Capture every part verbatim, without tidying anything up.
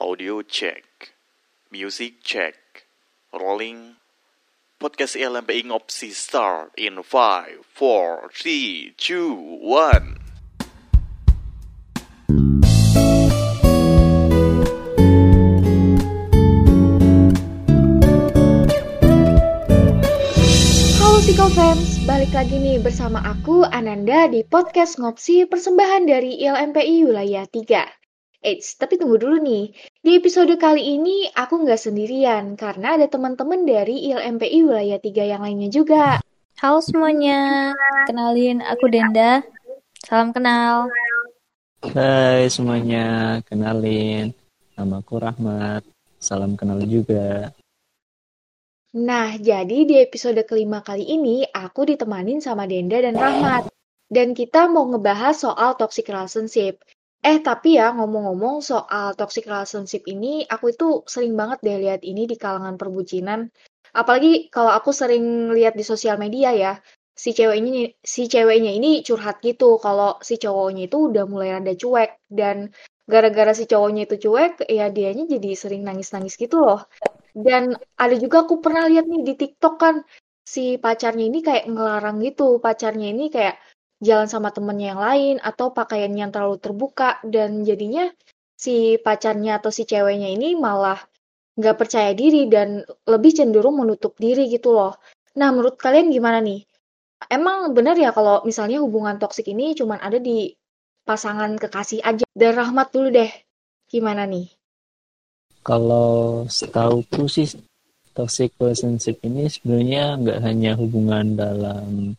Audio check, music check, rolling. Podcast L M P I Ngopsi start in five, four, three, two, one. Halo Psikofans, balik lagi nih bersama aku Ananda di podcast Ngopsi persembahan dari I L M P I Wilayah tiga. Eits, tapi tunggu dulu nih. Di episode kali ini aku nggak sendirian karena ada teman-teman dari I L M P I Wilayah tiga yang lainnya juga. Halo semuanya, kenalin aku Denda. Salam kenal. Hai semuanya, kenalin. Namaku Rahmat. Salam kenal juga. Nah, jadi di episode kelima kali ini aku ditemanin sama Denda dan Rahmat. Dan kita mau ngebahas soal toxic relationship. Eh, tapi ya ngomong-ngomong soal toxic relationship ini, aku itu sering banget deh lihat ini di kalangan perbucinan. Apalagi kalau aku sering lihat di sosial media ya, si ceweknya si ceweknya ini curhat gitu kalau si cowoknya itu udah mulai rada cuek, dan gara-gara si cowoknya itu cuek, ya dianya jadi sering nangis-nangis gitu loh. Dan ada juga aku pernah lihat nih di TikTok kan, si pacarnya ini kayak ngelarang gitu, pacarnya ini kayak jalan sama temennya yang lain atau pakaian yang terlalu terbuka, dan jadinya si pacarnya atau si ceweknya ini malah nggak percaya diri dan lebih cenderung menutup diri gitu loh. Nah, menurut kalian gimana nih? Emang benar ya kalau misalnya hubungan toksik ini cuma ada di pasangan kekasih aja? Dan Rahmat dulu deh, gimana nih? Kalau setauku sih toxic relationship ini sebenarnya nggak hanya hubungan dalam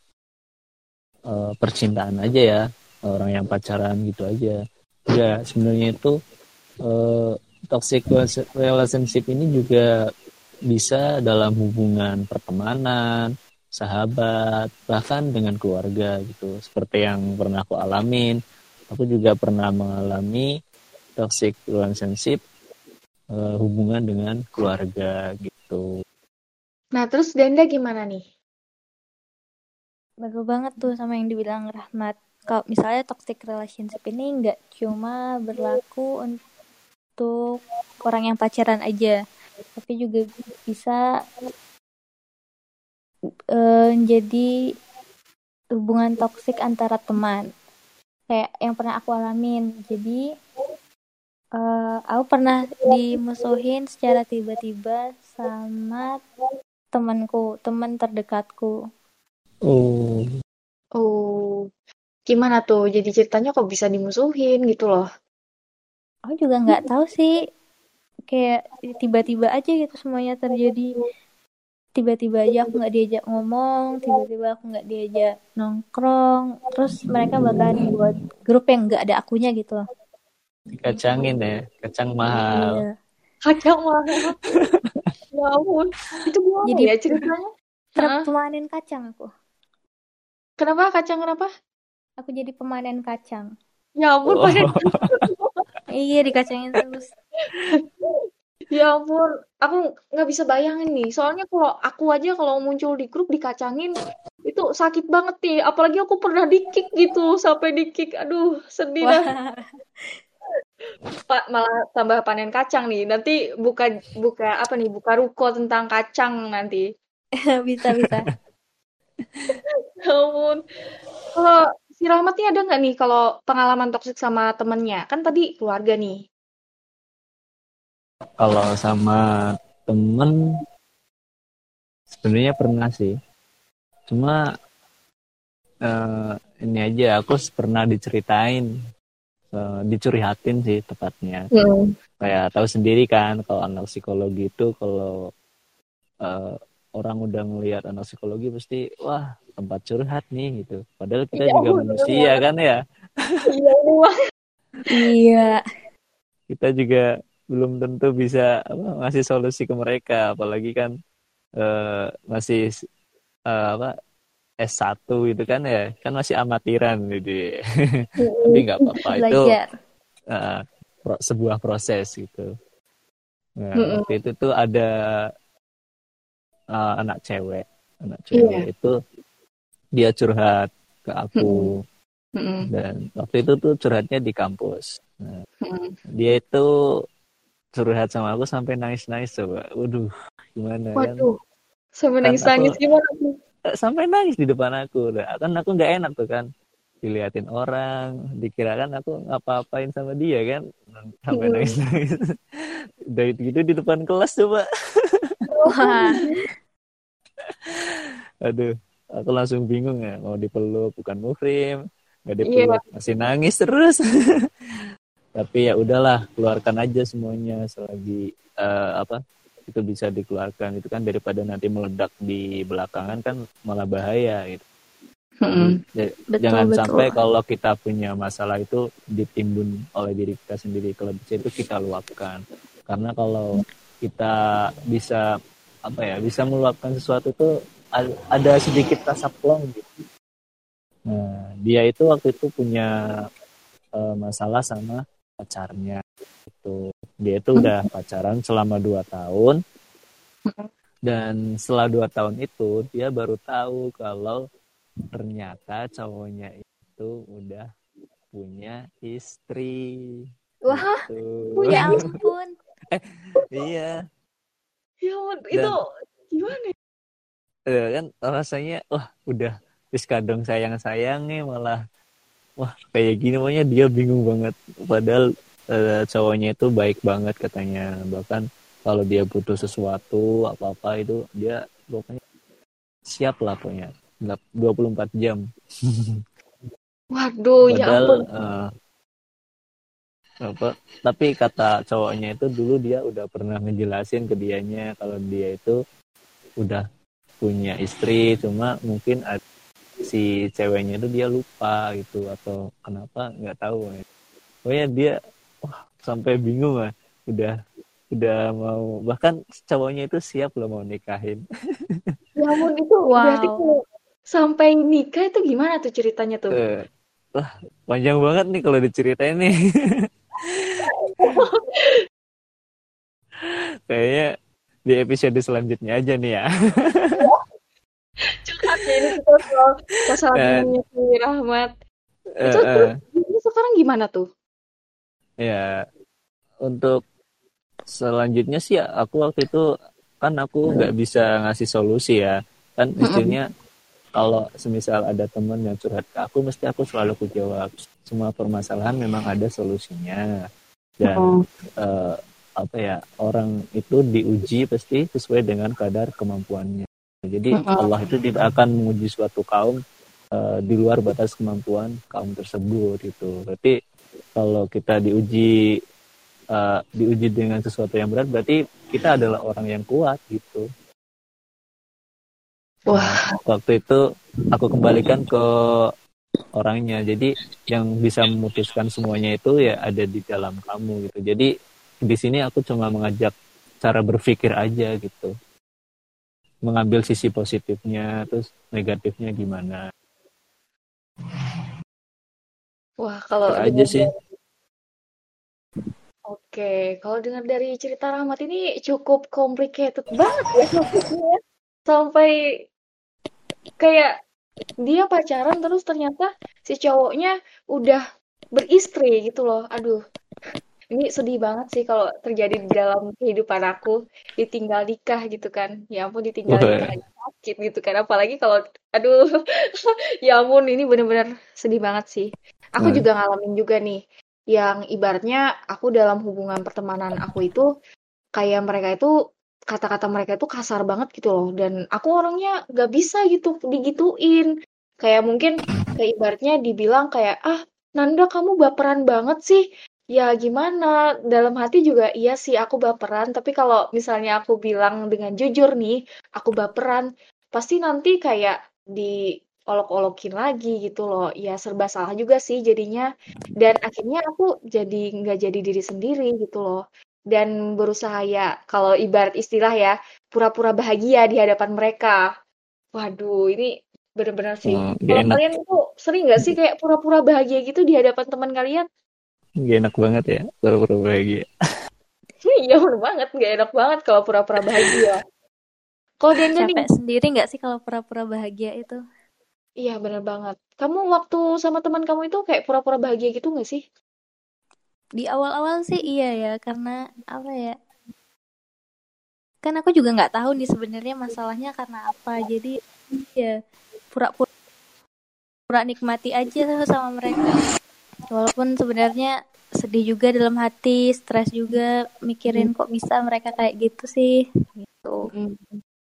uh, percintaan aja ya, orang yang pacaran gitu aja. Ya sebenarnya itu uh, toxic relationship ini juga bisa dalam hubungan pertemanan, sahabat, bahkan dengan keluarga gitu. Seperti yang pernah aku alamin, aku juga pernah mengalami toxic relationship, uh, hubungan dengan keluarga gitu. Nah, terus Denda gimana nih? Betul banget tuh sama yang dibilang Rahmat. Kalau misalnya toxic relationship ini nggak cuma berlaku untuk orang yang pacaran aja, tapi juga bisa uh, jadi hubungan toksik antara teman. Kayak yang pernah aku alamin. Jadi uh, aku pernah dimusuhin secara tiba-tiba sama temanku, teman terdekatku. Oh. Oh, gimana tuh? Jadi ceritanya kok bisa dimusuhin gitu loh? Aku juga nggak tahu sih. Kayak tiba-tiba aja gitu semuanya terjadi. Tiba-tiba aja aku nggak diajak ngomong, tiba-tiba aku nggak diajak nongkrong. Terus mereka bakalan buat grup yang nggak ada akunya gitu loh. Dikacangin ya, kacang mahal. Iya. Kacang mahal. Ya ampun, itu gimana Jadi ya ceritanya? truk Hah? pemanen kacang aku. Kenapa kacang kenapa? Aku jadi pemanen kacang. Ya ampun, Oh. panen. Iya, dikacangin terus. Ya ampun, aku nggak bisa bayangin nih. Soalnya kalau aku aja kalau muncul di grup dikacangin, itu sakit banget nih. Apalagi aku pernah di-kick gitu, sampai di-kick. Aduh, sedih dah. Wah, Pak, malah tambah panen kacang nih. Nanti buka buka apa nih? Buka ruko tentang kacang nanti. bisa-bisa. Ya ampun. Kalau si Rahmat nih ada nggak nih kalau pengalaman toksik sama temennya? Kan tadi keluarga nih. Kalau sama temen sebenarnya pernah sih. Cuma uh, ini aja aku pernah diceritain, uh, dicurihatin sih tepatnya. Hmm. Kayak tahu sendiri kan kalau anak psikologi itu kalau uh, orang udah ngelihat anak psikologi pasti wah tempat curhat nih gitu. Padahal kita Ya juga ampun, manusia kan ya. iya wah. Iya. Kita juga belum tentu bisa apa, ngasih solusi ke mereka, apalagi kan uh, masih uh, apa S satu itu kan ya, kan masih amatiran gitu. Tapi nggak apa-apa, itu uh, pro, sebuah proses gitu. Nah, Mm-mm. waktu itu tuh ada uh, anak cewek, anak cewek Iya. itu dia curhat ke aku. Mm-mm. Dan waktu itu tuh curhatnya di kampus. Nah, Mm-mm. dia itu curhat sama aku sampai nangis-nangis coba. Waduh, gimana kan? Waduh, sampai Kan nangis-nangis aku gimana tuh? eh, sampai nangis di depan aku. Kan aku nggak enak tuh kan. Diliatin orang, dikirakan aku ngapa-apain sama dia kan. Sampai Hmm. nangis-nangis. Udah gitu di depan kelas coba. Wah, Aduh, aku langsung bingung ya. Mau dipeluk, bukan muhrim. Nggak Iya, dipeluk, masih nangis terus. Tapi ya udahlah, keluarkan aja semuanya selagi eh, apa itu bisa dikeluarkan itu kan, daripada nanti meledak di belakangan kan malah bahaya gitu. Jadi hmm. ya- betul jangan betul. sampai kalau kita punya masalah itu ditimbun oleh diri kita sendiri, kalau bisa itu kita luapkan. Karena kalau kita bisa apa ya bisa meluapkan sesuatu tuh a- ada sedikit rasa plong gitu. Nah, dia itu waktu itu punya eh, masalah sama pacarnya itu. Dia itu udah pacaran selama dua tahun, dan setelah dua tahun itu dia baru tahu kalau ternyata cowoknya itu udah punya istri Wah, gitu. ya ampun. Iya. Ya ampun, itu Dan gimana? eh, kan rasanya wah udah wis kadang sayang-sayangnya malah wah kayak gini, pokoknya dia bingung banget. Padahal eh, cowoknya itu baik banget katanya, bahkan kalau dia butuh sesuatu apa-apa itu dia pokoknya siap lah pokoknya dua puluh empat jam. Waduh, ya Padahal ampun. eh, apa tapi kata cowoknya itu dulu dia udah pernah ngejelasin ke dianya kalau dia itu udah punya istri, cuma mungkin ad- si ceweknya itu dia lupa gitu atau kenapa nggak tahu ya. Pokoknya dia wah sampai bingung lah, udah udah mau, bahkan cowoknya itu siap loh mau nikahin. Ya ampun, itu berarti Wow. kalau sampai nikah itu gimana tuh ceritanya tuh? Eh, wah panjang banget nih kalau diceritain nih. Kayaknya di episode selanjutnya aja nih ya. Curhat ya ini kita soal masalah Dan bingungnya si Rahmat. Itu eh, terus eh, ini sekarang gimana tuh? ya untuk selanjutnya sih aku waktu itu kan aku nggak bisa ngasih solusi ya kan, Mm-mm. istilahnya kalau semisal ada teman yang curhat ke aku mesti aku selalu aku jawab semua permasalahan memang ada solusinya, dan Mm-mm. eh, apa ya orang itu diuji pasti sesuai dengan kadar kemampuannya. Jadi Mm-mm. Allah itu tidak akan menguji suatu kaum eh, di luar batas kemampuan kaum tersebut gitu. Berarti kalau kita diuji uh, diuji dengan sesuatu yang berat, berarti kita adalah orang yang kuat gitu. Wah, Nah, waktu itu aku kembalikan ke orangnya. Jadi yang bisa memutuskan semuanya itu ya ada di dalam kamu gitu. Jadi di sini aku cuma mengajak cara berpikir aja gitu. Mengambil sisi positifnya, terus negatifnya gimana. wah kalau Itu aja dengar sih. dari oke, kalau dengar dari cerita Rahmat ini cukup complicated banget ya maksudnya. Sampai kayak dia pacaran terus ternyata si cowoknya udah beristri gitu loh. Aduh, ini sedih banget sih kalau terjadi di dalam kehidupan aku, ditinggal nikah gitu kan. Ya ampun, ditinggal nikah Wah. aja sakit gitu kan. Apalagi kalau, aduh, ya ampun, ini bener-bener sedih banget sih. Aku Nah, juga ngalamin juga nih, yang ibaratnya aku dalam hubungan pertemanan aku itu, kayak mereka itu, kata-kata mereka itu kasar banget gitu loh. Dan aku orangnya gak bisa gitu, digituin. Kayak mungkin, kayak ibaratnya dibilang kayak, ah, Nanda kamu baperan banget sih. Ya gimana, dalam hati juga iya sih aku baperan, tapi kalau misalnya aku bilang dengan jujur nih, aku baperan, pasti nanti kayak diolok-olokin lagi gitu loh. Ya serba salah juga sih jadinya. Dan akhirnya aku jadi nggak jadi diri sendiri gitu loh. Dan berusaha ya, kalau ibarat istilah ya, pura-pura bahagia di hadapan mereka. Waduh, ini benar-benar sih. oh, gak Kalau enak, kalian itu sering nggak sih kayak pura-pura bahagia gitu di hadapan teman kalian? gak enak banget ya, pura-pura bahagia. Iya bener banget, nggak enak banget kalau pura-pura bahagia. Kalau Denda nih, Capek sendiri nggak sih kalau pura-pura bahagia itu? iya bener banget. Kamu waktu sama teman kamu itu kayak pura-pura bahagia gitu nggak sih? Di awal-awal sih iya ya, karena apa ya? Kan aku juga nggak tahu nih sebenarnya masalahnya karena apa. Jadi ya pura-pura nikmati aja sama mereka. Walaupun sebenarnya sedih juga dalam hati, stres juga mikirin kok bisa mereka kayak gitu sih. Gitu. Mm.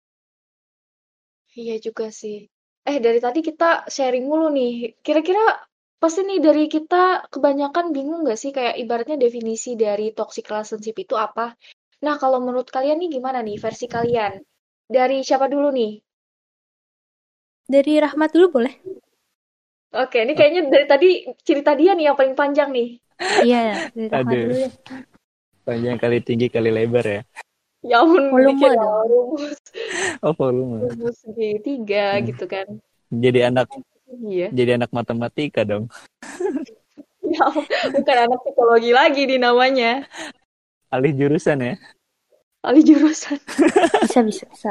Iya juga sih. Eh, dari tadi kita sharing mulu nih. Kira-kira pasti nih dari kita kebanyakan bingung nggak sih kayak ibaratnya definisi dari toxic relationship itu apa? Nah, kalau menurut kalian nih gimana nih versi kalian? Dari siapa dulu nih? Dari Rahmat dulu boleh? Oke, ini kayaknya dari tadi cerita dia nih yang paling panjang nih. Iya, dari Rahmat Aduh. dulu deh. Panjang kali tinggi kali lebar ya. Ya ampun, Volume dikira dong. rumus, Oh, volume. rumus segitiga Hmm. gitu kan. Jadi anak Iya. jadi anak matematika dong. Ya, bukan anak psikologi lagi di namanya. Alih jurusan ya. Alih jurusan. Bisa, bisa, bisa.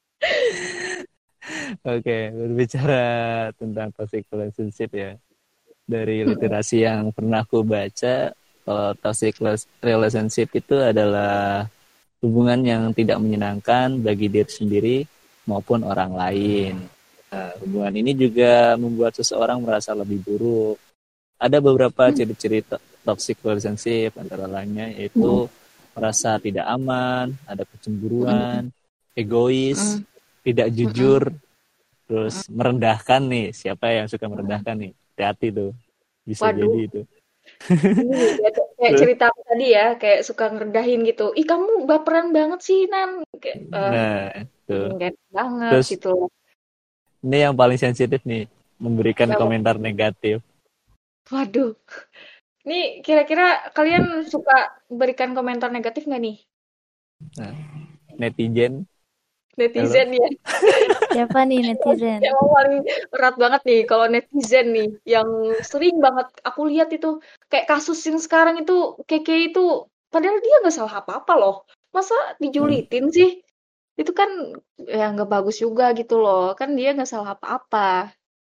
Oke, berbicara tentang toxic relationship ya. Dari literasi yang pernah aku baca, kalau toxic relationship itu adalah hubungan yang tidak menyenangkan bagi diri sendiri maupun orang lain. Nah, hubungan ini juga membuat seseorang merasa lebih buruk. Ada beberapa ciri-ciri to- toxic relationship, antara lainnya yaitu merasa tidak aman, ada kecemburuan, egois, tidak jujur, terus merendahkan nih. Siapa yang suka merendahkan nih? Hati-hati tuh, bisa Waduh. jadi itu. Ini ya, kayak cerita aku tadi ya, kayak suka ngerendahin gitu. Ih, kamu baperan banget sih, Nan. Kayak, eh, Nah, itu. enggak banget Terus gitu. ini yang paling sensitif nih, memberikan Kenapa? komentar negatif. Waduh. Nih, kira-kira kalian suka berikan komentar negatif nggak nih? Nah, netizen. Netizen ya. Siapa nih netizen? Emang paling berat banget nih kalau netizen nih. Yang sering banget aku lihat itu. Kayak kasus yang sekarang itu, Keke itu. Padahal dia nggak salah apa-apa loh. Masa dijulitin sih? Itu kan ya nggak bagus juga gitu loh. Kan dia nggak salah apa-apa.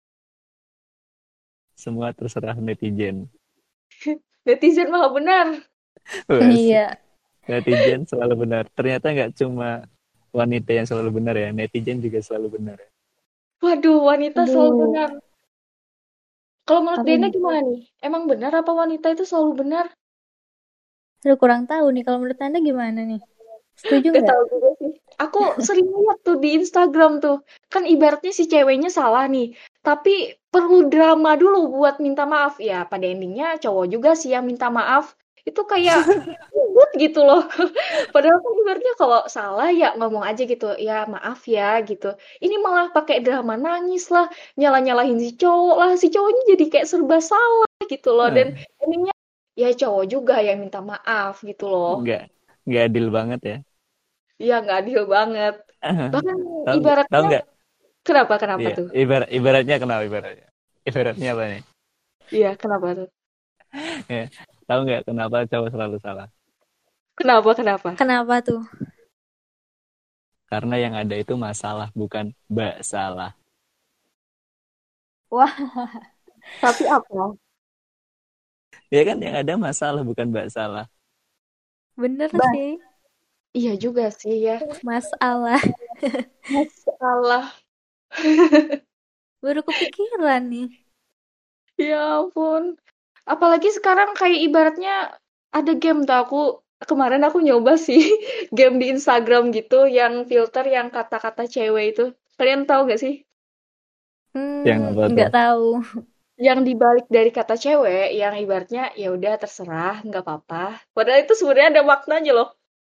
Semua terserah netizen. Netizen malah benar. Wes, Iya. netizen selalu benar. Ternyata nggak cuma wanita yang selalu benar ya, netizen juga selalu benar. Waduh, wanita selalu Aduh. benar. Kalau menurut Apa Dena nih? gimana nih? Emang benar apa wanita itu selalu benar? Aduh, kurang tahu nih. Kalau menurut Anda gimana nih? Setuju Gak nggak? tahu juga sih. Aku sering lihat tuh di Instagram tuh. Kan ibaratnya si ceweknya salah nih. Tapi perlu drama dulu buat minta maaf. Ya pada endingnya cowok juga sih yang minta maaf. Itu kayak ribut gitu loh. Padahal kan ibaratnya kalau salah ya ngomong aja gitu. Ya maaf ya gitu. Ini malah pakai drama nangis lah. Nyalah-nyalahin si cowok lah. Si cowoknya jadi kayak serba salah gitu loh. Dan endingnya ya cowok juga yang minta maaf gitu loh. Nggak, nggak adil banget ya. Iya, nggak adil banget. Bahkan Tahu nggak? ibaratnya, Tahu nggak? kenapa, kenapa Iya, tuh? ibarat ibaratnya kenapa ibaratnya? Ibaratnya apa nih? Iya, kenapa tuh? Ya, tahu nggak kenapa cowok selalu salah? Kenapa, kenapa? Kenapa tuh? Karena yang ada itu masalah, bukan mbak salah. Wah, Tapi apa? Ya kan yang ada masalah, bukan mbak salah. bener Bah. sih. Iya juga sih ya. Masalah. Masalah. Baru kepikiran nih. Ya ampun. Apalagi sekarang kayak ibaratnya ada game tuh aku kemarin aku nyoba sih game di Instagram gitu yang filter yang kata-kata cewek itu. Kalian tahu gak sih? Hmm, Yang apa tuh? nggak tahu. Yang dibalik dari kata cewek yang ibaratnya ya udah terserah, nggak apa-apa. Padahal itu sebenarnya ada maknanya loh.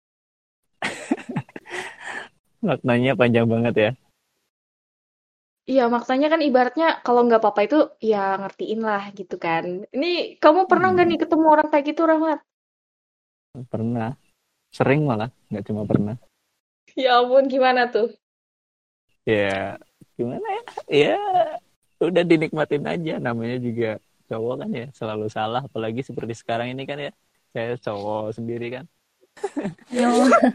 Maknanya panjang banget ya. Iya, maknanya kan ibaratnya kalau nggak apa-apa itu ya ngertiin lah gitu kan. Ini kamu pernah nggak Hmm, nih ketemu orang kayak gitu, Rahmat? pernah. Sering malah, nggak cuma pernah. Ya ampun, gimana tuh? Ya, gimana ya? Ya, udah dinikmatin aja. Namanya juga cowok kan ya, selalu salah. Apalagi seperti sekarang ini kan ya, saya cowok sendiri kan. Yo.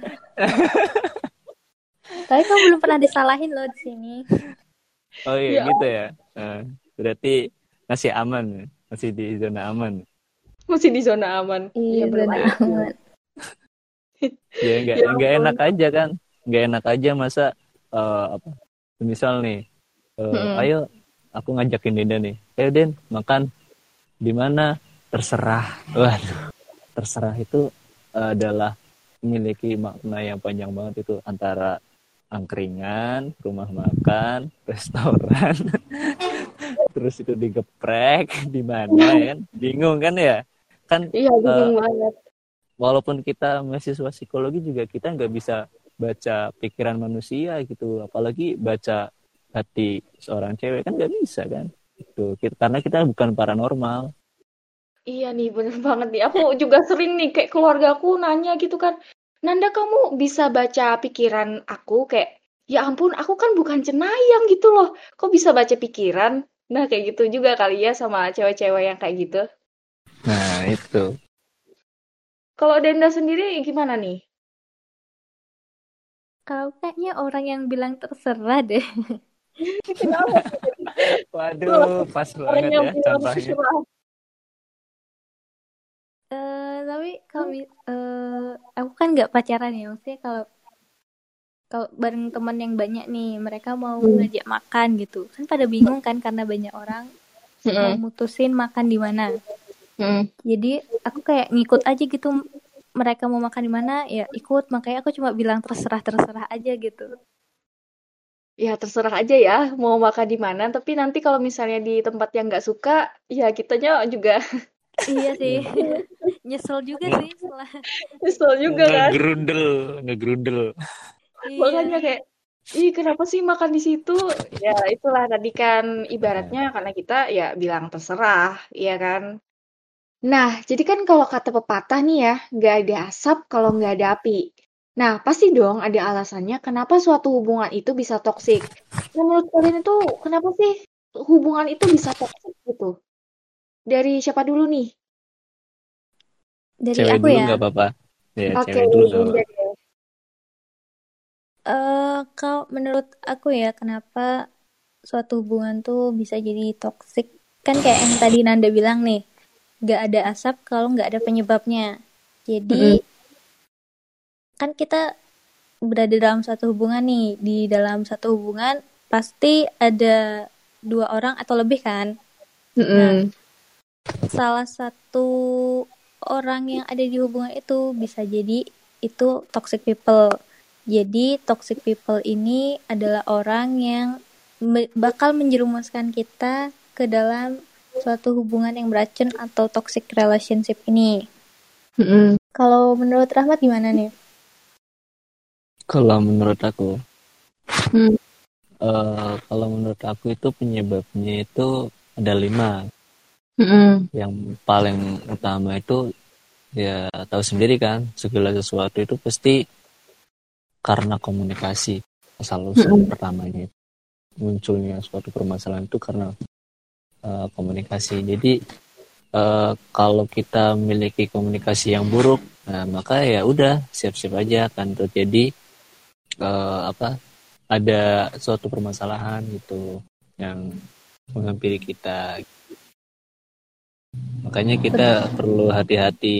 Tapi kamu belum pernah disalahin loh di sini. Oh iya Ya, gitu ya. Nah, berarti masih aman, masih di zona aman. Masih di zona aman. Iya, Iya belum zona ada. aman. Ya nggak Ya nggak ampun. enak aja kan, nggak enak aja masa eh, apa misal nih eh, Mm-mm. ayo aku ngajakin Denda nih, ayo Den makan di mana, terserah. Waduh, terserah itu adalah memiliki makna yang panjang banget, itu antara angkringan, rumah makan, restoran, terus itu digeprek di mana ya kan, bingung kan ya kan. Iya eh, bingung banget. Walaupun kita mahasiswa psikologi juga kita nggak bisa baca pikiran manusia gitu, apalagi baca hati seorang cewek kan nggak bisa kan itu kita, karena kita bukan paranormal. Iya nih bener banget nih. Aku juga sering nih kayak keluarga aku nanya gitu kan. Nanda kamu bisa baca pikiran aku kayak ya ampun aku kan bukan cenayang gitu loh. Kok bisa baca pikiran? Nah kayak gitu juga kali ya sama cewek-cewek yang kayak gitu. Nah itu Kalau Denda sendiri gimana nih? Kalau kayaknya orang yang bilang terserah deh. Kenapa tuh? Itulah waduh pas orang banget yang ya bilang contohnya. terserah. Eh, tapi kalau mi- eh, aku kan nggak pacaran ya, maksudnya kalau kalau bareng teman yang banyak nih, mereka mau Hmm. ngajak makan gitu, kan pada bingung kan karena banyak orang mau Mm-mm. mutusin makan di mana. Mm. Jadi aku kayak ngikut aja gitu, mereka mau makan di mana ya ikut, makanya aku cuma bilang terserah terserah aja gitu. Ya terserah aja ya mau makan di mana. Tapi nanti kalau misalnya di tempat yang nggak suka, ya kitanya juga Iya sih, nyesel juga sih setelah. nyesel juga kan. Ngegrundel, ngegrundel. Makanya Iya. kayak, ih kenapa sih makan di situ? Ya itulah tadi kan Nah, ibaratnya karena kita ya bilang terserah, ya kan? Nah, jadi kan kalau kata pepatah nih ya, nggak ada asap kalau nggak ada api. Nah, pasti dong ada alasannya kenapa suatu hubungan itu bisa toksik. Nah, menurut kalian itu kenapa sih hubungan itu bisa toksik gitu? Dari siapa dulu nih? Dari cewek aku dulu ya. nggak apa-apa ya, Oke, cewek dulu nggak Dinda apa-apa. deh. Eh, kalau menurut aku ya, kenapa suatu hubungan tuh bisa jadi toksik? Kan kayak yang tadi Nanda bilang nih, gak ada asap kalau gak ada penyebabnya. Jadi Mm-mm. kan kita berada dalam satu hubungan nih, di dalam satu hubungan pasti ada dua orang atau lebih kan. Nah, Mm-mm. salah satu orang yang ada di hubungan itu bisa jadi itu toxic people. Jadi toxic people ini adalah orang yang me- bakal menjerumuskan kita ke dalam suatu hubungan yang beracun atau toxic relationship ini. Mm-mm. Kalau menurut Rahmat gimana nih? Kalau menurut aku Hmm. eh, kalau menurut aku itu penyebabnya itu ada lima. Mm-mm. Yang paling utama itu ya tahu sendiri kan, segala sesuatu itu pasti karena komunikasi. Asal usul Mm-mm. pertamanya munculnya suatu permasalahan itu karena uh, komunikasi. Jadi uh, kalau kita memiliki komunikasi yang buruk, nah maka ya udah siap-siap aja akan terjadi uh, apa ada suatu permasalahan gitu yang menghampiri kita. Makanya kita perlu hati-hati.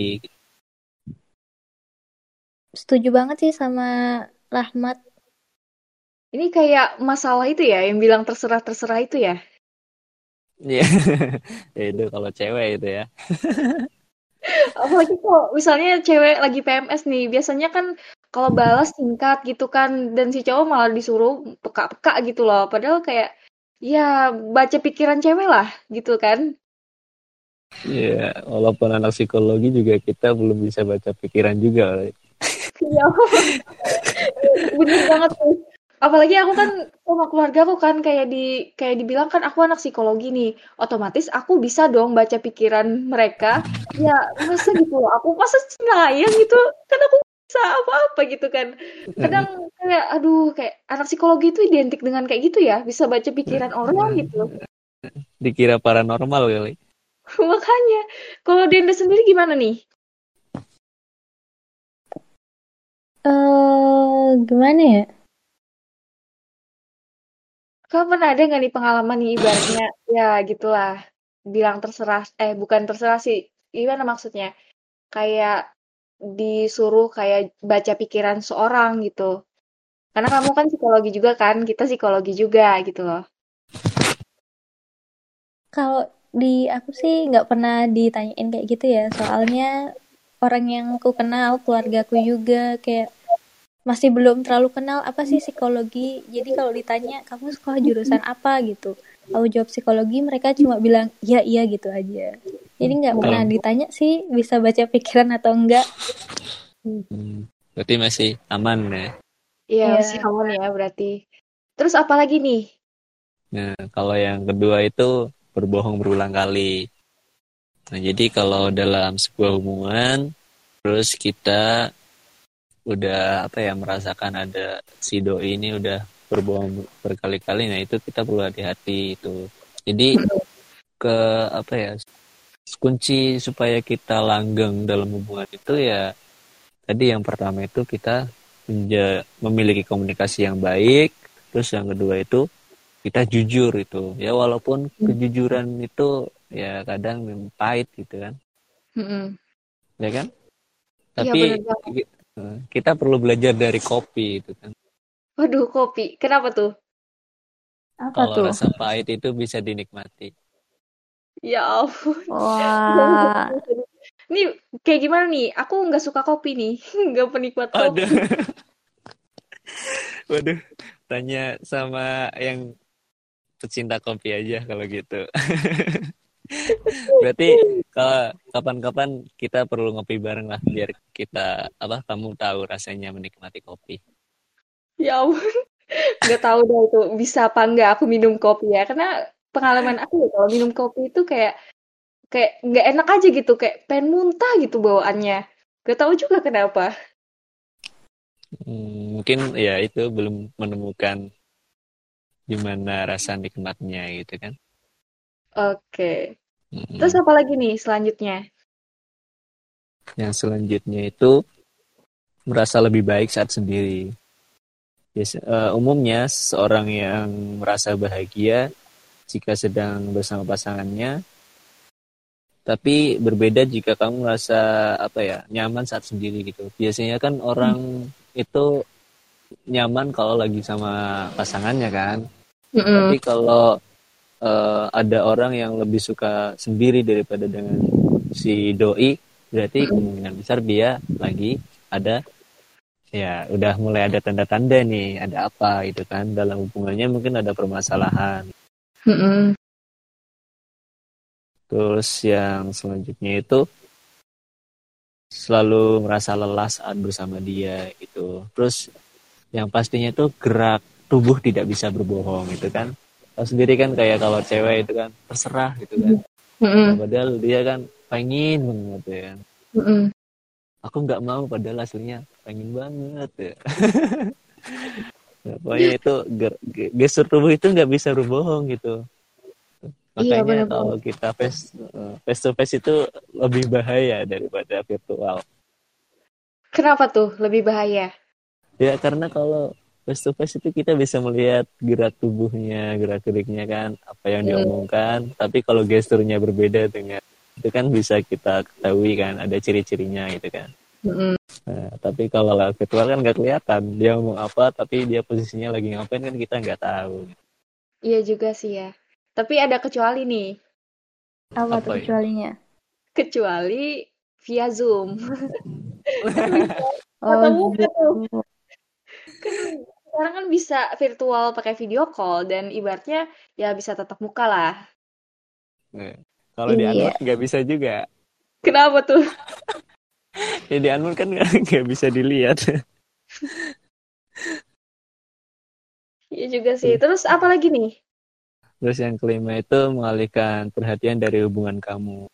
Setuju banget sih sama Rahmat. Ini kayak masalah itu ya, yang bilang terserah-terserah itu ya. Ya, itu kalau cewek itu ya. Apalagi kalau misalnya cewek lagi P M S nih, biasanya kan kalau balas singkat gitu kan, dan si cowok malah disuruh peka-peka gitu loh. Padahal kayak, ya baca pikiran cewek lah gitu kan. Ya, walaupun anak psikologi juga kita belum bisa baca pikiran juga. Iya, bener banget tuh. Apalagi aku kan sama keluarga aku kan kayak di kayak dibilang kan aku anak psikologi nih. Otomatis aku bisa dong baca pikiran mereka. Ya masa gitu loh. Aku masa cenayang gitu. Kan aku bisa apa-apa gitu kan. Kadang kayak aduh kayak anak psikologi itu identik dengan kayak gitu ya. Bisa baca pikiran orang gitu. Dikira paranormal kali. Makanya. Kalau Denda sendiri gimana nih? Eh, gimana ya? Kamu pernah ada nggak nih pengalaman nih ibaratnya ya gitulah bilang terserah eh bukan terserah sih gimana maksudnya? Kayak disuruh kayak baca pikiran seorang gitu. Karena kamu kan psikologi juga kan, kita psikologi juga gitu loh. Kalau di aku sih nggak pernah ditanyain kayak gitu ya, soalnya orang yang aku kenal, keluargaku juga kayak masih belum terlalu kenal apa sih psikologi. Jadi kalau ditanya kamu sekolah jurusan apa gitu, aku jawab psikologi, mereka cuma bilang iya iya gitu aja. Jadi nggak pernah Kalau ditanya sih bisa baca pikiran atau enggak. hmm, berarti masih aman ya. Iya, Iya. masih aman ya berarti. Terus apa lagi nih? Nah, kalau yang kedua itu berbohong berulang kali. Nah, jadi kalau dalam sebuah hubungan, terus kita udah apa ya merasakan ada si doi ini udah berbohong berkali-kali, nah itu kita perlu hati-hati itu. Jadi ke apa ya kunci supaya kita langgeng dalam hubungan itu ya tadi yang pertama itu kita menja- memiliki komunikasi yang baik, terus yang kedua itu kita jujur itu ya walaupun kejujuran itu ya kadang memang pahit gitu kan Mm-mm. ya kan Iya tapi bener banget. ki- eh, kita perlu belajar dari kopi itu kan Waduh, kopi. Kenapa tuh? Apa kalau tuh? rasa pahit itu bisa dinikmati. Ya ampun. Wah, Ini kayak gimana nih? Aku nggak suka kopi nih. Nggak penikmat kopi. Aduh, waduh, tanya sama yang pecinta kopi aja kalau gitu. Berarti kalau kapan-kapan kita perlu ngopi bareng lah biar kita apa kamu tahu rasanya menikmati kopi. Ya ampun. Nggak tahu deh itu bisa apa nggak aku minum kopi ya. Karena pengalaman aku ya kalau minum kopi itu kayak kayak nggak enak aja gitu. Kayak pengen muntah gitu bawaannya. Gak tahu juga kenapa. Hmm, mungkin ya itu belum menemukan gimana rasa nikmatnya gitu kan. Oke. Hmm. Terus apa lagi nih selanjutnya? Yang selanjutnya itu merasa lebih baik saat sendiri. Biasa, uh, umumnya seorang yang merasa bahagia jika sedang bersama pasangannya, tapi berbeda jika kamu merasa apa ya nyaman saat sendiri gitu. Biasanya kan orang itu nyaman kalau lagi sama pasangannya kan, Mm-mm. tapi kalau uh, ada orang yang lebih suka sendiri daripada dengan si doi, berarti kemungkinan besar dia lagi ada ya udah mulai ada tanda-tanda nih ada apa gitu kan dalam hubungannya mungkin ada permasalahan. Mm-mm. Terus yang selanjutnya itu selalu merasa lelah saat bersama dia gitu. Terus yang pastinya itu gerak tubuh tidak bisa berbohong gitu kan. Tahu sendiri kan kayak kalau cewek itu kan terserah gitu kan. Mm-mm. Nah, padahal dia kan pengen banget ya kan. Mm-mm. Aku nggak mau padahal aslinya pengen banget ya. Nah, pokoknya itu ger- ge- gestur tubuh itu nggak bisa berbohong gitu. Iya Makanya benar. kalau kita face face to face itu lebih bahaya daripada virtual. Kenapa tuh lebih bahaya? Ya karena kalau face to face itu kita bisa melihat gerak tubuhnya, gerak geriknya kan, apa yang diomongkan. Tapi kalau gesturnya berbeda dengan itu kan bisa kita ketahui kan, ada ciri-cirinya gitu kan. Mm-mm. Nah, tapi kalau lewat virtual kan nggak kelihatan dia ngomong apa, tapi dia posisinya lagi ngapain kan kita nggak tahu. Iya juga sih ya. Tapi ada kecuali nih. apa Apa tuh ya? kecualinya? Kecuali via Zoom. Kan bisa Oh, atau muka tuh. gitu. Kan sekarang kan bisa virtual pakai video call dan ibaratnya ya bisa tatap muka lah. Nah, kalau di Iya. Unmute nggak bisa juga. Kenapa tuh? Ya di Unmute kan nggak bisa dilihat. Iya juga sih. Terus apa lagi nih? Terus yang kelima itu mengalihkan perhatian dari hubungan kamu.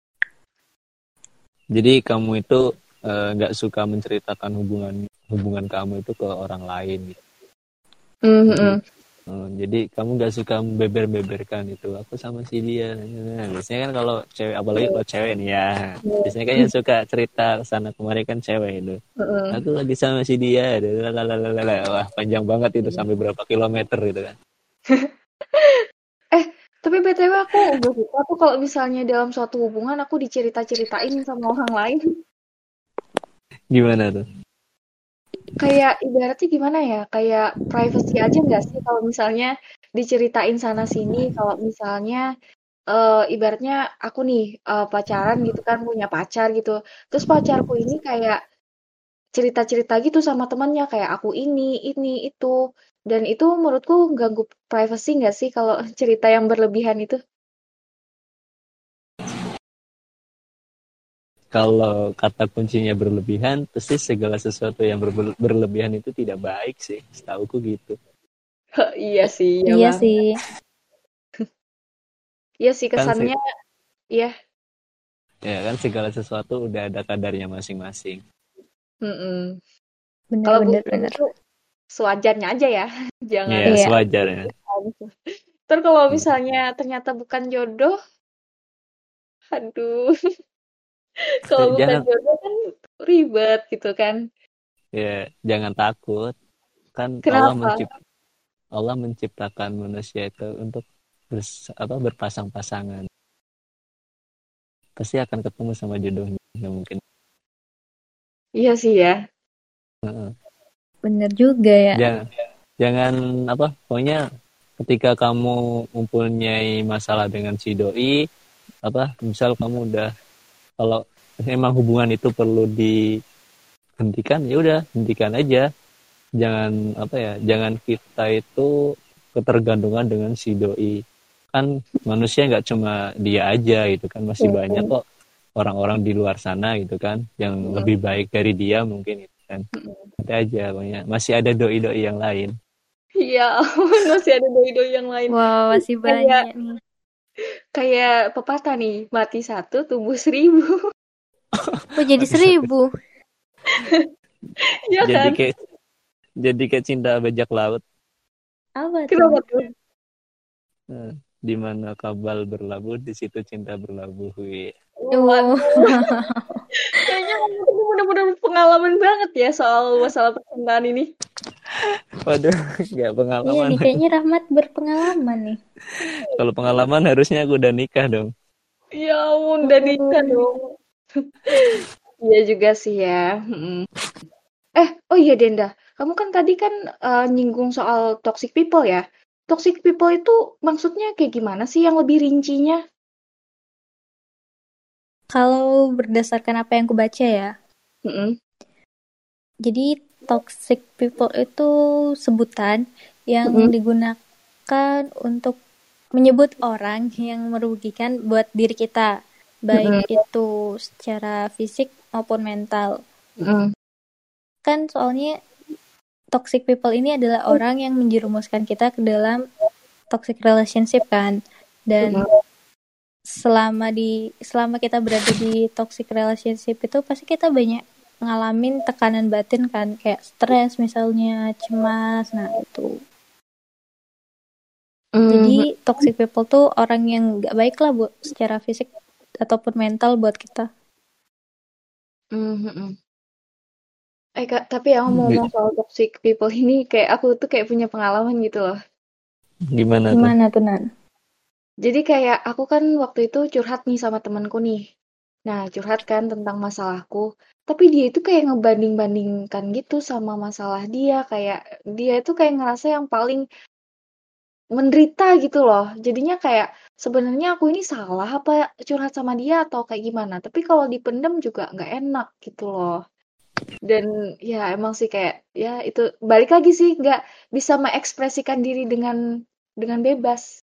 Jadi kamu itu nggak uh, suka menceritakan hubungan hubungan kamu itu ke orang lain. Gitu. Mm-hmm. Jadi, uh, jadi kamu nggak suka membeber-beberkan itu. Aku sama si dia. Nah, biasanya kan kalau cewek, apalagi kalau cewek nih ya. Biasanya kan yang suka cerita sana kemari kan cewek itu. Mm-hmm. Aku lagi sama si dia. Wah panjang banget itu sampai berapa kilometer gitu kan. eh Tapi B T W aku gak suka tuh kalau misalnya dalam suatu hubungan aku dicerita-ceritain sama orang lain. Gimana tuh? Kayak ibaratnya gimana ya? Kayak privacy aja nggak sih kalau misalnya diceritain sana sini. Kalau misalnya eh, ibaratnya aku nih eh, pacaran gitu kan punya pacar gitu. Terus pacarku ini kayak cerita-cerita gitu sama temannya kayak aku ini, ini, itu. Dan itu menurutku ganggu privacy nggak sih kalau cerita yang berlebihan itu? Kalau kata kuncinya berlebihan, pasti segala sesuatu yang berbe- berlebihan itu tidak baik sih, setauku gitu. Iya sih, ya Iya bang. sih. Iya sih Kan sih, kesannya, ya. ya kan segala sesuatu udah ada kadarnya masing-masing. Mm-mm. Bener Kalau bener bukan bener. itu sewajarnya aja ya, jangan. Ya, Iya. sewajarnya. Terus kalau Hmm. misalnya ternyata bukan jodoh, aduh, kalau bukan Jangan, jodoh kan ribet gitu kan. ya, jangan takut. Kan Allah Kenapa? mencipt, Allah menciptakan manusia itu untuk bers, apa, berpasang-pasangan. Pasti akan ketemu sama jodohnya. Nggak mungkin. Iya sih ya. Heeh. Bener juga ya. Jangan, jangan apa, pokoknya ketika kamu mempunyai masalah dengan si doi, apa, misal kamu udah, kalau emang hubungan itu perlu dihentikan, ya udah hentikan aja. Jangan apa ya, jangan kita itu ketergantungan dengan si doi. Kan manusia nggak cuma dia aja gitu kan, masih banyak Mm-mm. kok orang-orang di luar sana gitu kan yang Mm-mm. lebih baik dari dia mungkin gitu kan. Mm-mm. Nanti aja pokoknya masih ada doi-doi yang lain. Iya, ampun, masih ada doi-doi yang lain. Wah, masih Kayak banyak nih. kayak pepatah nih, mati satu tumbuh seribu. Oh, jadi Mati satu. seribu. Iya Jadi kan? kayak jadi kayak cinta bajak laut. Apa Kenapa tuh? tuh? Nah, di mana kabal berlabuh, di situ cinta berlabuh. Wih. Oh. Waduh, kayaknya kamu ini benar-benar pengalaman banget ya soal masalah percintaan ini. Waduh, nggak Iya pengalaman. nih, kayaknya Rahmat berpengalaman nih. Kalau pengalaman harusnya aku udah nikah dong. Ya ampun, udah nikah Oh. dong. Iya juga sih ya. Mm. Eh, oh iya Denda, kamu kan tadi kan eh, nyinggung soal toxic people ya. Toxic people itu maksudnya kayak gimana sih yang lebih rincinya? Kalau berdasarkan apa yang aku baca ya, Mm-mm. jadi toxic people itu sebutan yang Mm-mm. digunakan untuk menyebut orang yang merugikan buat diri kita, baik Mm-mm. itu secara fisik maupun mental. Mm-mm. Kan soalnya toxic people ini adalah orang yang menjerumuskan kita ke dalam toxic relationship kan. Dan Mm-mm. selama di selama kita berada di toxic relationship itu pasti kita banyak ngalamin tekanan batin kan, kayak stres misalnya, cemas. Nah, itu. Jadi toxic people tuh orang yang gak baik lah buat secara fisik ataupun mental buat kita. Mm-mm. Eh Kak, tapi ya ngomong-ngomong soal toxic people ini kayak aku tuh kayak punya pengalaman gitu loh. Gimana tuh? Gimana tuh, Nan? Jadi kayak aku kan waktu itu curhat nih sama temanku nih. Nah, curhat kan tentang masalahku. Tapi dia itu kayak ngebanding-bandingkan gitu sama masalah dia. Kayak dia itu kayak ngerasa yang paling menderita gitu loh. Jadinya kayak sebenarnya aku ini salah apa curhat sama dia atau kayak gimana. Tapi kalau dipendam juga nggak enak gitu loh. Dan ya emang sih kayak ya itu balik lagi sih nggak bisa mengekspresikan diri dengan dengan bebas.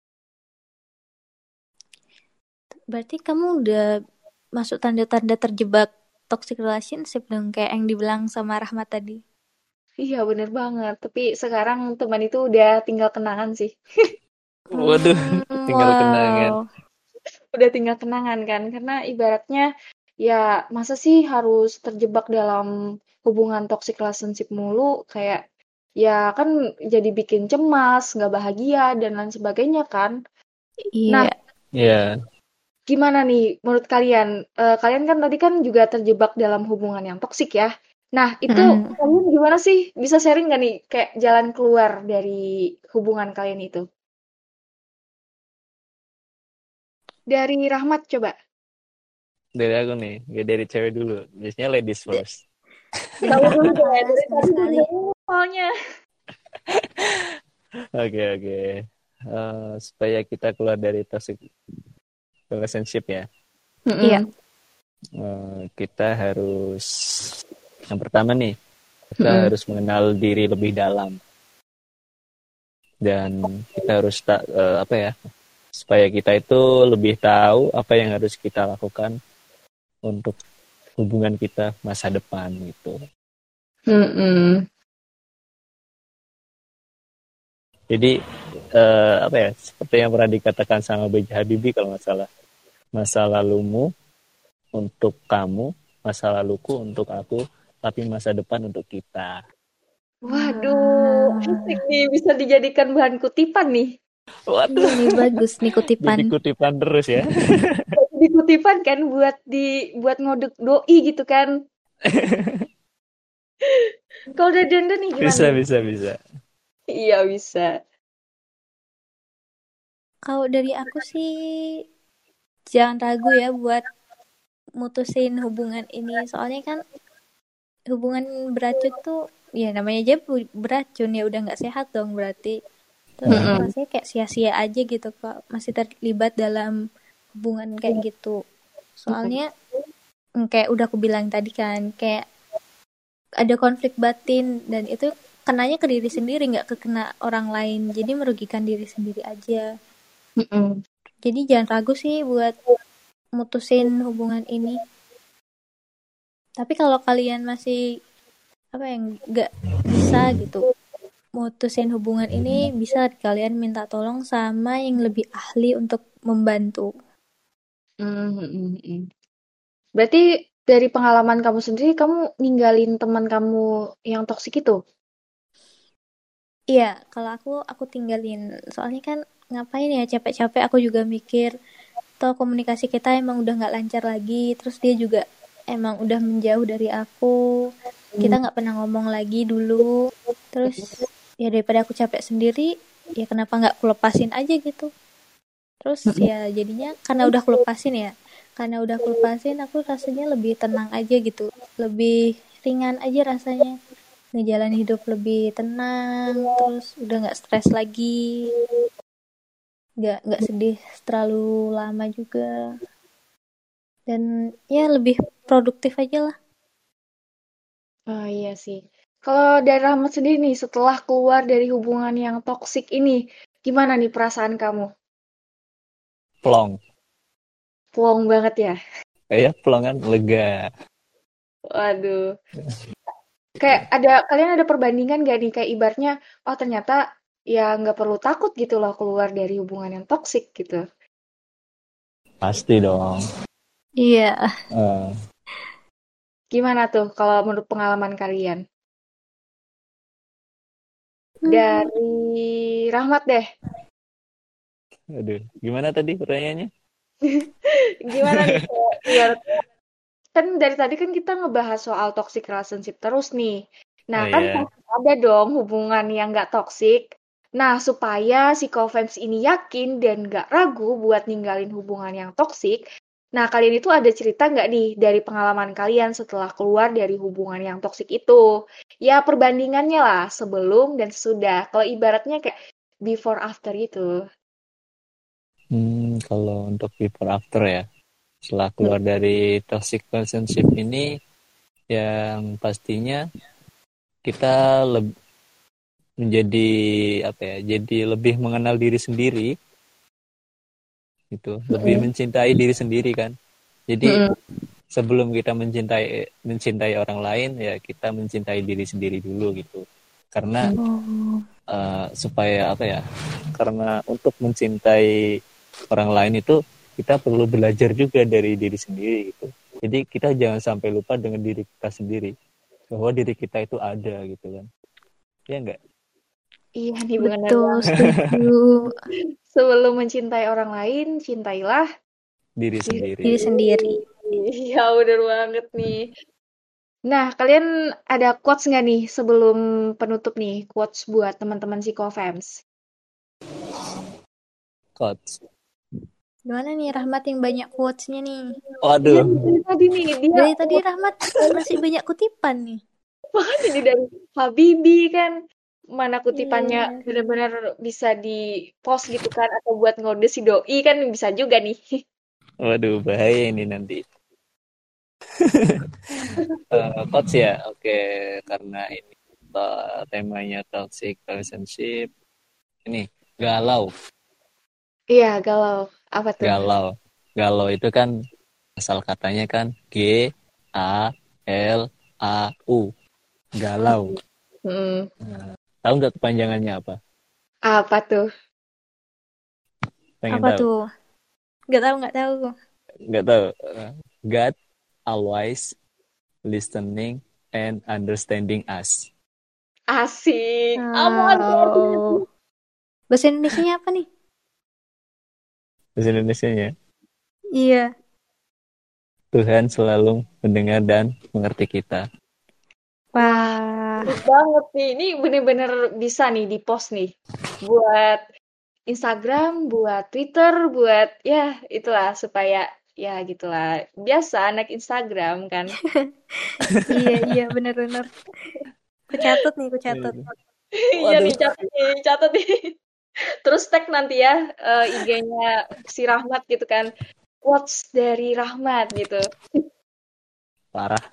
Berarti kamu udah masuk tanda-tanda terjebak toxic relationship dong, kayak yang dibilang sama Rahmat tadi. Iya bener banget. Tapi sekarang teman itu udah tinggal kenangan sih. Waduh, Hmm, tinggal kenangan. wow. Udah tinggal kenangan kan. Karena ibaratnya ya masa sih harus terjebak dalam hubungan toxic relationship mulu. Kayak ya kan jadi bikin cemas, nggak bahagia dan lain sebagainya kan. Nah, Iya. Iya. gimana nih menurut kalian? Eh, kalian kan tadi kan juga terjebak dalam hubungan yang toksik ya. Nah, itu Mm. kalian gimana sih? Bisa sharing nggak nih kayak jalan keluar dari hubungan kalian itu? Dari Rahmat coba. Dari aku nih, gak dari cewek dulu. Biasanya ladies first. Tahu dulu deh, Malas dari sama tadi sekali. dulu soalnya. Oke, oke. Eh, supaya kita keluar dari toxic relationship ya, Iya. Mm-mm. eh, kita harus yang pertama nih, kita Mm-mm. harus mengenal diri lebih dalam dan kita harus tak eh, apa ya, supaya kita itu lebih tahu apa yang harus kita lakukan untuk hubungan kita masa depan gitu. Mm-mm. Jadi eh, apa ya, seperti yang pernah dikatakan sama B J Habibie kalau nggak salah, masa lalumu untuk kamu, masa laluku untuk aku, tapi masa depan untuk kita. Waduh, asik nih bisa dijadikan bahan kutipan nih. Waduh, Iya nih bagus nih kutipan. jadi kutipan terus ya. Di kutipan kan buat di buat ngodek doi gitu kan. Kalau udah Denda nih gimana Bisa, nih? bisa, bisa. Iya bisa. Kalau dari aku sih jangan ragu ya buat mutusin hubungan ini. Soalnya kan hubungan beracun tuh ya namanya aja beracun ya udah nggak sehat dong berarti. Terus Mm-mm. rasanya kayak sia-sia aja gitu kok masih terlibat dalam hubungan kayak gitu. Soalnya kayak udah aku bilang tadi kan kayak ada konflik batin dan itu kenanya ke diri sendiri nggak ke kena orang lain jadi merugikan diri sendiri aja. Mm-mm. Jadi jangan ragu sih buat mutusin hubungan ini. Tapi kalau kalian masih apa yang nggak bisa gitu mutusin hubungan ini bisa kalian minta tolong sama yang lebih ahli untuk membantu. Mm-mm. Berarti dari pengalaman kamu sendiri, kamu ninggalin teman kamu yang toksik itu? Iya, kalau aku aku tinggalin. Soalnya kan ngapain ya capek-capek aku juga mikir toh komunikasi kita emang udah nggak lancar lagi. Terus dia juga emang udah menjauh dari aku. Kita nggak pernah ngomong lagi dulu. Terus ya daripada aku capek sendiri, ya kenapa nggak aku lepasin aja gitu. Terus ya jadinya karena udah aku lepasin ya. Karena udah aku lepasin aku rasanya lebih tenang aja gitu. Lebih ringan aja rasanya. Ngejalanin hidup lebih tenang, terus udah nggak stres lagi, nggak nggak sedih terlalu lama juga, dan ya lebih produktif aja lah. Oh iya sih. Kalau dari Rahmat sendiri nih, setelah keluar dari hubungan yang toksik ini, gimana nih perasaan kamu? Plong. Plong banget ya? Kayak plong kan lega. Waduh. Kayak ada, kalian ada perbandingan gak nih? Kayak ibaratnya, oh ternyata ya nggak perlu takut gitu loh keluar dari hubungan yang toksik gitu. Pasti dong. Iya. Eh, Gimana tuh kalau menurut pengalaman kalian? Hmm. Dari Rahmat deh. aduh, gimana tadi pertanyaannya? Gimana nih? Kayak ibaratnya kan dari tadi kan kita ngebahas soal toxic relationship terus nih. Nah, Oh kan iya. pasti ada dong hubungan yang nggak toxic. Nah, supaya si co-fams ini yakin dan nggak ragu buat ninggalin hubungan yang toxic. Nah, kalian itu ada cerita nggak nih dari pengalaman kalian setelah keluar dari hubungan yang toxic itu? Ya, perbandingannya lah sebelum dan sesudah. Kalau ibaratnya kayak before after gitu. Hmm, kalau untuk before after ya, setelah keluar dari toxic relationship ini, yang pastinya kita lebih menjadi apa ya? Jadi lebih mengenal diri sendiri, gitu. Lebih Mm-mm. mencintai diri sendiri kan. Jadi Mm-mm. sebelum kita mencintai mencintai orang lain ya kita mencintai diri sendiri dulu gitu. Karena Oh. uh, supaya apa ya? Karena untuk mencintai orang lain itu kita perlu belajar juga dari diri sendiri gitu. Jadi kita jangan sampai lupa dengan diri kita sendiri bahwa diri kita itu ada gitu kan. Iya enggak? Iya nih benar Betul, banget. setuju. Sebelum mencintai orang lain, cintailah Diri diri sendiri. Diri sendiri. Iya, bener banget nih. Nah, kalian ada quotes nggak nih sebelum penutup nih? Quotes buat teman-teman Psikofams. Coach. Gimana nih Rahmat yang banyak quotes-nya nih? Iya, Waduh, dari tadi nih dia Dari tadi Rahmat masih banyak kutipan nih. makanya nih dari Habibie kan mana kutipannya Iya. benar-benar bisa di post gitu kan atau buat ngode si doi kan bisa juga nih. waduh bahaya ini nanti. Eh, Coach ya, oke karena ini uh, temanya toxic relationship. Ini galau, Iya, galau. Apa tuh? galau, galau itu kan asal katanya kan G A L A U, galau. Hmm, Nah, tahu nggak kepanjangannya apa? apa tuh? Pengen Apa tahu? tuh? Gak tahu, gak tahu. Nggak tahu. Uh, God always listening and understanding us. Asik. Apa tuh artinya? Oh. Bahasa Indonesianya apa nih? Bahasa Indonesianya, Iya. Tuhan selalu mendengar dan mengerti kita. Wah. Asik banget nih. Ini bener-bener bisa nih di post nih. Buat Instagram, buat Twitter, buat ya itulah supaya ya gitulah. Biasa anak Instagram kan. Iya, iya, benar-benar. Ku catat nih, ku catat. Iya Waduh. nih, catat nih, catat nih. Terus tag nanti ya eh, I G-nya si Rahmat gitu kan. Quotes dari Rahmat gitu. Parah.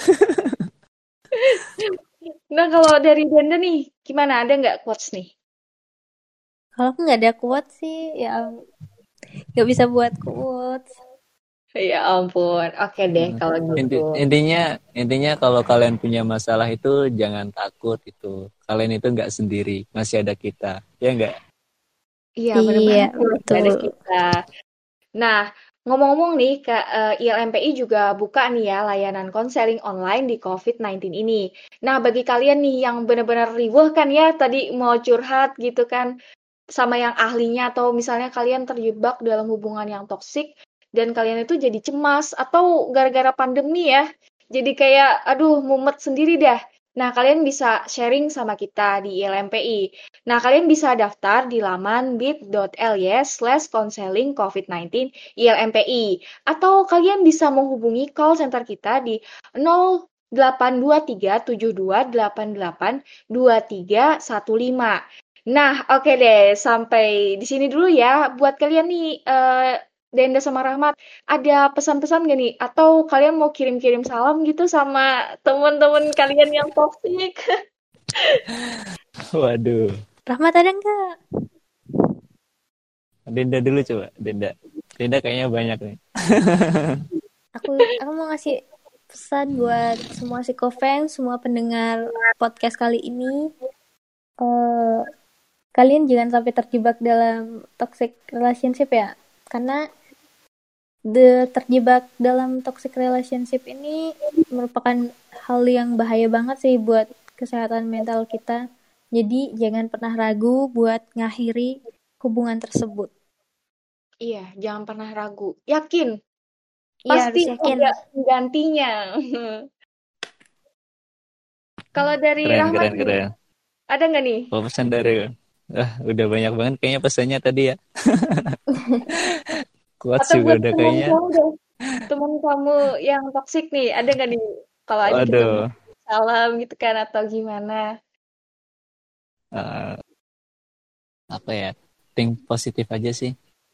Nah, kalau dari Denda nih, gimana? Ada nggak quotes nih? Kalau aku nggak ada quotes sih, ya nggak bisa buat quotes. Ya ampun. Oke deh kalau Inti, gitu. intinya intinya kalau kalian punya masalah itu jangan takut itu. Kalian itu nggak sendiri, masih ada kita. Ya nggak? Iya, Iya, benar-benar harus ada betul. kita. Nah, ngomong-ngomong nih, Kak, eh, I L M P I juga buka nih ya layanan konseling online di covid sembilan belas ini. Nah, bagi kalian nih yang benar-benar riweuh kan ya, tadi mau curhat gitu kan, sama yang ahlinya, atau misalnya kalian terjebak dalam hubungan yang toksik, dan kalian itu jadi cemas, atau gara-gara pandemi ya, jadi kayak, aduh, mumet sendiri dah. Nah, kalian bisa sharing sama kita di I L M P I. Nah, kalian bisa daftar di laman bit.ly slash konseling covid sembilan belas I L M P I. Atau kalian bisa menghubungi call center kita di nol delapan dua tiga tujuh dua delapan delapan dua tiga satu lima. Nah, oke deh, sampai di sini dulu ya. Buat kalian nih, eh, Denda sama Rahmat, ada pesan-pesan gak nih? Atau kalian mau kirim-kirim salam gitu sama teman-teman kalian yang toksik? Waduh. Rahmat ada nggak? Denda dulu coba, Denda. Denda kayaknya banyak nih. Aku aku mau ngasih pesan buat semua psikofans, semua pendengar podcast kali ini. Eh, kalian jangan sampai terjebak dalam toxic relationship ya. Karena the terjebak dalam toxic relationship ini merupakan hal yang bahaya banget sih buat kesehatan mental kita. Jadi jangan pernah ragu buat ngakhiri hubungan tersebut. Iya, jangan pernah ragu. Yakin, Iya, pasti harus yakin. ada penggantinya. Kalau dari Keren, Rahmat, keren, keren. ada nggak nih? Kalau pesan dari, ah, udah banyak banget kayaknya pesannya tadi ya. Kuat Atau juga buat udah teman kayaknya. kamu deh, teman kamu yang toksik nih, ada nggak nih? Kalau aja ketemu Waduh. salam gitu kan atau gimana? Uh, apa ya? Think positif aja sih.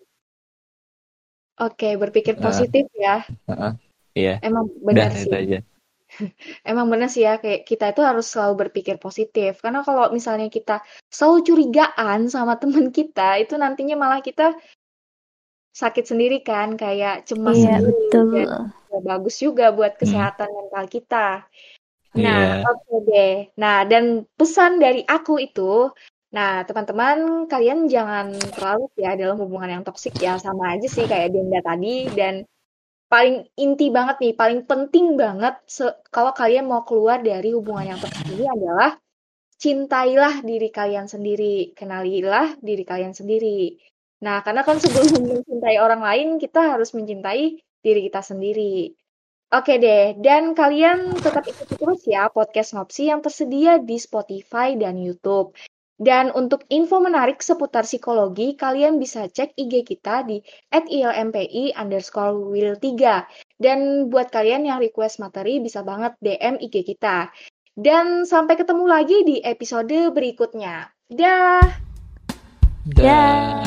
Oke, berpikir Uh, positif ya. uh, uh, iya. Emang Udah benar itu sih. aja. Emang benar sih ya, kayak kita itu harus selalu berpikir positif. Karena kalau misalnya kita selalu curigaan sama teman kita, itu nantinya malah kita sakit sendiri kan, kayak cemas Iya, sendiri. betul. Dan gak bagus juga buat Hmm. kesehatan mental kita. Nah, Iya. oke deh. Nah, dan pesan dari aku itu, nah teman-teman kalian jangan terlalu ya dalam hubungan yang toksik ya, sama aja sih kayak Denda tadi. Dan paling inti banget nih, paling penting banget se- kalau kalian mau keluar dari hubungan yang toksik ini adalah cintailah diri kalian sendiri, kenalilah diri kalian sendiri. Nah, karena kan sebelum mencintai orang lain, kita harus mencintai diri kita sendiri. Oke deh, dan kalian tetap ikuti terus ya podcast Ngopsi yang tersedia di Spotify dan YouTube. Dan untuk info menarik seputar psikologi, kalian bisa cek I G kita di at ilmpi underscore will tiga. Dan buat kalian yang request materi, bisa banget D M I G kita. Dan sampai ketemu lagi di episode berikutnya. Dah! Dah.